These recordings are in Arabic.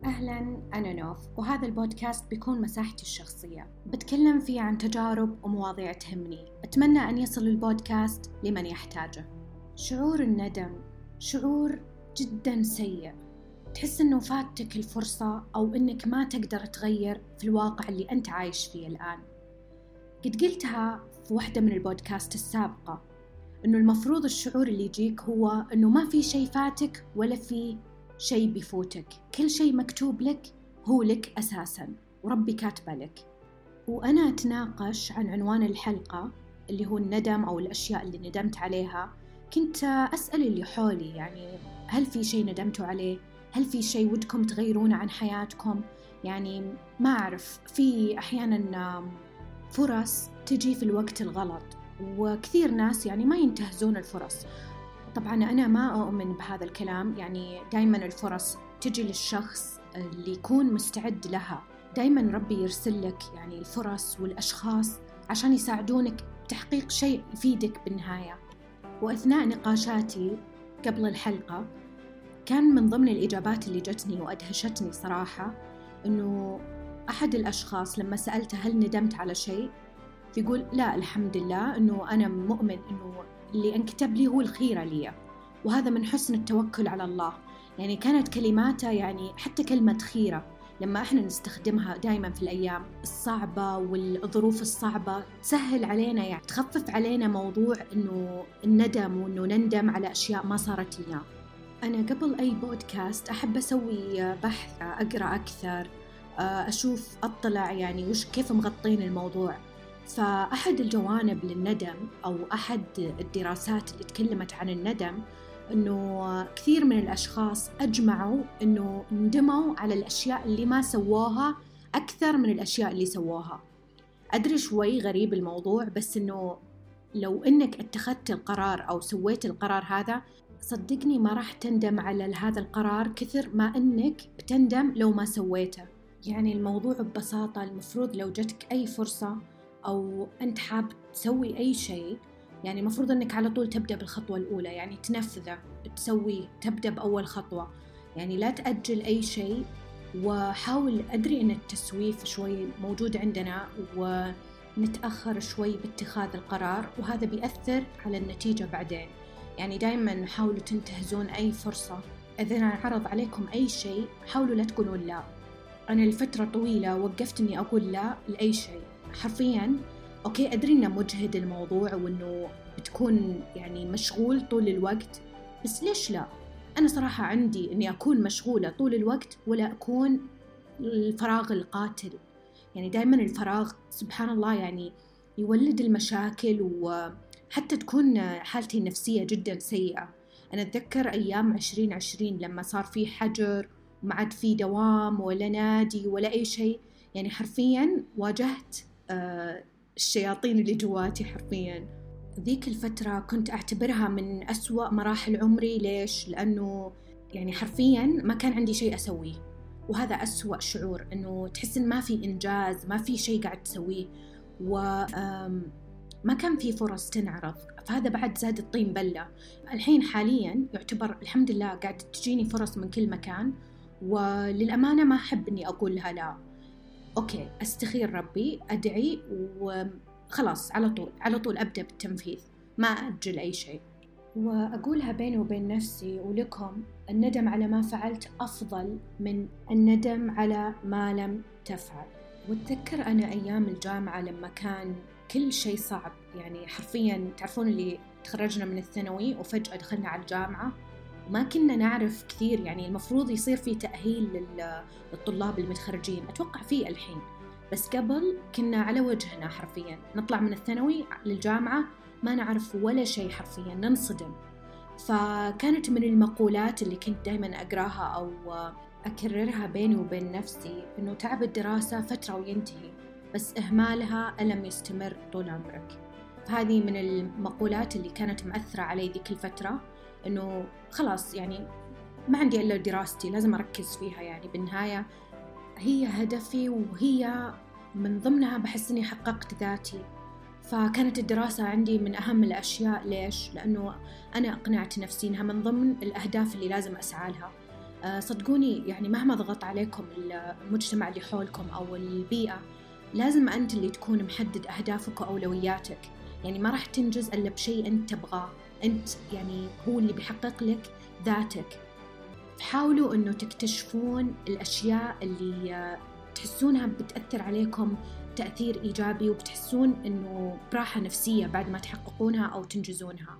أهلاً، أنا نوف، وهذا البودكاست بيكون مساحتي الشخصية. بتكلم فيه عن تجارب ومواضيع تهمني. أتمنى أن يصل البودكاست لمن يحتاجه. شعور الندم شعور جداً سيء. تحس أنه فاتك الفرصة أو أنك ما تقدر تغير في الواقع اللي أنت عايش فيه الآن. قد قلتها في واحدة من البودكاست السابقة، أنه المفروض الشعور اللي يجيك هو أنه ما في شيء فاتك ولا في شيء بيفوتك، كل شيء مكتوب لك هو لك أساساً وربي كاتبه لك. وأنا أتناقش عن عنوان الحلقة اللي هو الندم أو الأشياء اللي ندمت عليها. كنت أسأل اللي حولي، يعني هل في شيء ندمتوا عليه؟ هل في شيء ودكم تغيرونه عن حياتكم؟ يعني ما أعرف، في أحياناً فرص تجي في الوقت الغلط، وكثير ناس يعني ما ينتهزون الفرص. طبعاً أنا ما أؤمن بهذا الكلام، يعني دايماً الفرص تجي للشخص اللي يكون مستعد لها. دايماً ربي يرسل لك يعني الفرص والأشخاص عشان يساعدونك بتحقيق شيء يفيدك بالنهاية. وأثناء نقاشاتي قبل الحلقة كان من ضمن الإجابات اللي جتني وأدهشتني صراحة، إنه أحد الأشخاص لما سألته هل ندمت على شيء، يقول لا الحمد لله، إنه أنا مؤمن إنه اللي انكتب لي هو الخيرة لي، وهذا من حسن التوكل على الله. يعني كانت كلماته، يعني حتى كلمة خيرة لما احنا نستخدمها دائما في الأيام الصعبة والظروف الصعبة تسهل علينا، يعني تخفف علينا موضوع إنه الندم وإنه نندم على أشياء ما صارت لنا. أنا قبل أي بودكاست أحب أسوي بحث، أقرأ أكثر، أشوف أطلع يعني كيف مغطين الموضوع. فأحد الجوانب للندم أو أحد الدراسات اللي تكلمت عن الندم، إنه كثير من الأشخاص أجمعوا إنه ندموا على الأشياء اللي ما سووها أكثر من الأشياء اللي سووها. أدري شوي غريب الموضوع، بس إنه لو إنك اتخذت القرار أو سويت القرار هذا، صدقني ما راح تندم على هذا القرار كثر ما إنك بتندم لو ما سويته. يعني الموضوع ببساطة، المفروض لو جتك أي فرصة أو أنت حاب تسوي أي شيء، يعني المفروض أنك على طول تبدأ بالخطوة الأولى، يعني تنفذه، تسويه، تبدأ بأول خطوة، يعني لا تأجل أي شيء. وحاول، أدري أن التسويف شوي موجود عندنا ونتأخر شوي باتخاذ القرار، وهذا بيأثر على النتيجة بعدين. يعني دايما حاولوا تنتهزون أي فرصة. إذا عرض عليكم أي شيء حاولوا لا تقولون لا. أنا لفترة طويلة وقفت أني أقول لا لأي شيء حرفياً. أوكي، أدري إنه مجهد الموضوع وإنه بتكون يعني مشغول طول الوقت، بس ليش لا؟ أنا صراحة عندي إني أكون مشغولة طول الوقت ولا أكون الفراغ القاتل. يعني دائما الفراغ سبحان الله يعني يولد المشاكل، وحتى تكون حالتي النفسية جدا سيئة. أنا أتذكر أيام 2020 لما صار في حجر وما عاد في دوام ولا نادي ولا أي شيء، يعني حرفيا واجهت الشياطين اللي جواتي حرفيا. ذيك الفترة كنت أعتبرها من أسوأ مراحل عمري. ليش؟ لأنه يعني حرفيا ما كان عندي شيء أسويه، وهذا أسوأ شعور، أنه تحس إن ما في إنجاز، ما في شيء قاعد تسويه، وما كان في فرص تنعرض، فهذا بعد زاد الطين بلة. الحين حاليا يعتبر الحمد لله قاعد تجيني فرص من كل مكان، وللأمانة ما أحب أني أقول لها لا. أوكي، أستخير ربي، أدعي، وخلاص على طول أبدأ بالتنفيذ، ما أجل أي شيء. وأقولها بيني وبين نفسي ولكم، الندم على ما فعلت أفضل من الندم على ما لم تفعل. وأتذكر أنا أيام الجامعة لما كان كل شيء صعب، يعني حرفياً تعرفون اللي تخرجنا من الثانوي وفجأة دخلنا على الجامعة وما كنا نعرف كثير. يعني المفروض يصير في تأهيل للطلاب المتخرجين، أتوقع فيه الحين، بس قبل كنا على وجهنا حرفياً، نطلع من الثانوي للجامعة ما نعرف ولا شيء، حرفياً ننصدم. فكانت من المقولات اللي كنت دايماً أقراها أو أكررها بيني وبين نفسي، إنه تعب الدراسة فترة وينتهي، بس إهمالها ألم يستمر طول عمرك. فهذه من المقولات اللي كانت مأثرة علي ذيك الفترة، إنه خلاص يعني ما عندي إلا دراستي لازم أركز فيها، يعني بالنهاية هي هدفي وهي من ضمنها بحس إني حققت ذاتي. فكانت الدراسة عندي من أهم الأشياء. ليش؟ لأنه أنا أقنعت نفسي إنها من ضمن الأهداف اللي لازم أسعى لها. صدقوني يعني مهما ضغط عليكم المجتمع اللي حولكم أو البيئة، لازم أنت اللي تكون محدد أهدافك وأولوياتك. يعني ما راح تنجز إلا بشيء أنت تبغاه، أنت يعني هو اللي بيحقق لك ذاتك. حاولوا أنه تكتشفون الأشياء اللي تحسونها بتأثر عليكم تأثير إيجابي، وبتحسون أنه براحة نفسية بعد ما تحققونها أو تنجزونها.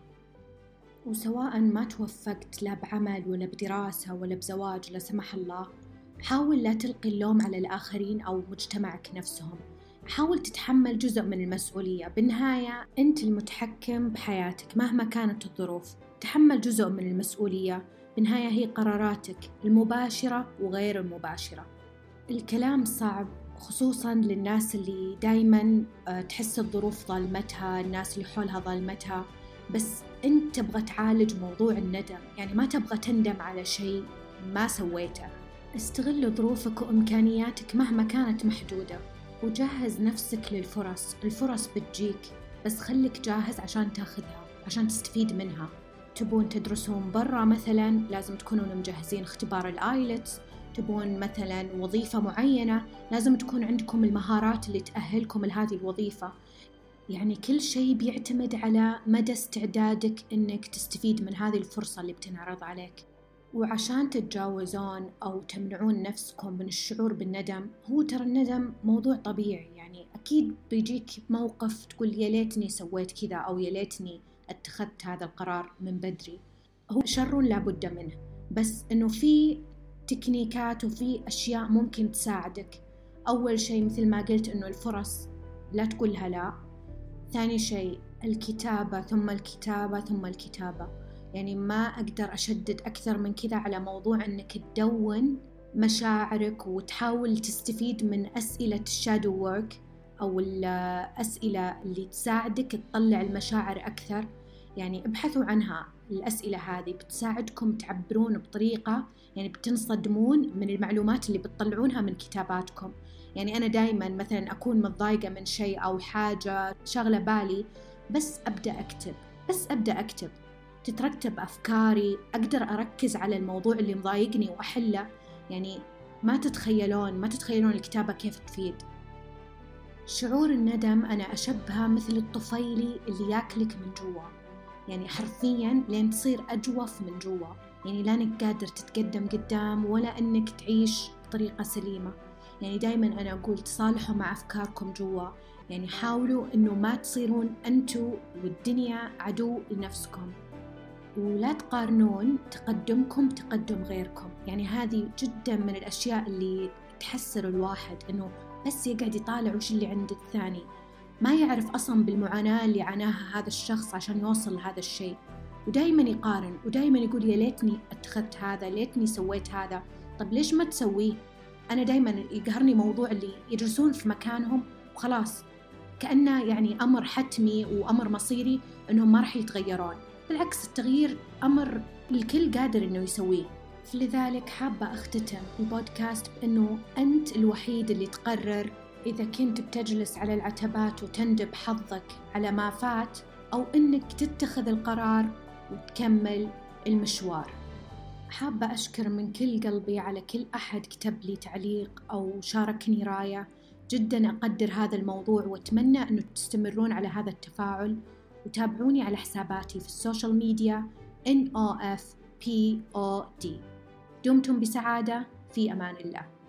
وسواء ما توفقت لا بعمل ولا بدراسة ولا بزواج لا سمح الله، حاول لا تلقي اللوم على الآخرين أو مجتمعك نفسهم. حاول تتحمل جزء من المسؤولية. بالنهاية أنت المتحكم بحياتك مهما كانت الظروف. تحمل جزء من المسؤولية. بالنهاية هي قراراتك المباشرة وغير المباشرة. الكلام صعب خصوصاً للناس اللي دايماً تحس الظروف ظالمتها، الناس اللي حولها ظالمتها، بس أنت تبغى تعالج موضوع الندم. يعني ما تبغى تندم على شيء ما سويته. استغل ظروفك وإمكانياتك مهما كانت محدودة، وجهز نفسك للفرص. الفرص بتجيك، بس خليك جاهز عشان تاخذها، عشان تستفيد منها. تبون تدرسون برا مثلا، لازم تكونون مجهزين اختبار الآيلتس. تبون مثلا وظيفة معينة، لازم تكون عندكم المهارات اللي تأهلكم لهذه الوظيفة. يعني كل شيء بيعتمد على مدى استعدادك إنك تستفيد من هذه الفرصة اللي بتنعرض عليك. وعشان تتجاوزون أو تمنعون نفسكم من الشعور بالندم، هو ترى الندم موضوع طبيعي. يعني أكيد بيجيك موقف تقول يا ليتني سويت كذا، أو يا ليتني اتخذت هذا القرار من بدري. هو شر لابد منه، بس إنه في تكنيكات وفي أشياء ممكن تساعدك. أول شيء مثل ما قلت إنه الفرص لا تقولها لا. ثاني شيء الكتابة، ثم الكتابة ثم الكتابة. يعني ما أقدر أشدد أكثر من كذا على موضوع أنك تدون مشاعرك وتحاول تستفيد من أسئلة الشادو وورك أو الأسئلة اللي تساعدك تطلع المشاعر أكثر. يعني ابحثوا عنها. الأسئلة هذه بتساعدكم تعبرون بطريقة، يعني بتنصدمون من المعلومات اللي بتطلعونها من كتاباتكم. يعني أنا دايماً مثلاً أكون متضايقة من شيء أو حاجة شغلة بالي، بس أبدأ أكتب تترتب أفكاري، أقدر أركز على الموضوع اللي مضايقني وأحله. يعني ما تتخيلون الكتابة كيف تفيد. شعور الندم أنا أشبهه مثل الطفيلي اللي ياكلك من جوا، يعني حرفياً لين تصير أجوف من جوا. يعني لا أنك قادر تتقدم قدام ولا أنك تعيش بطريقة سليمة. يعني دايماً أنا أقول تصالحوا مع أفكاركم جوا. يعني حاولوا أنه ما تصيرون أنتوا والدنيا عدو لنفسكم، ولا تقارنون تقدمكم تقدم غيركم. يعني هذه جدا من الأشياء اللي تحسر الواحد، أنه بس يقعد يطالع وش اللي عند الثاني، ما يعرف أصلا بالمعاناة اللي عاناها هذا الشخص عشان يوصل لهذا الشيء. ودايما يقارن ودايما يقول يا ليتني اتخذت هذا، ليتني سويت هذا. طب ليش ما تسويه؟ أنا دايما يقهرني موضوع اللي يجلسون في مكانهم وخلاص كأنه يعني أمر حتمي وأمر مصيري أنهم ما راح يتغيرون. بالعكس، التغيير أمر الكل قادر أنه يسويه. فلذلك حابة أختتم البودكاست بأنه أنت الوحيد اللي تقرر إذا كنت بتجلس على العتبات وتندب حظك على ما فات، أو أنك تتخذ القرار وتكمل المشوار. حابة أشكر من كل قلبي على كل أحد كتب لي تعليق أو شاركني راية. جدا أقدر هذا الموضوع، وأتمنى أنه تستمرون على هذا التفاعل، وتابعوني على حساباتي في السوشيال ميديا NOFPOD. دمتم بسعادة، في أمان الله.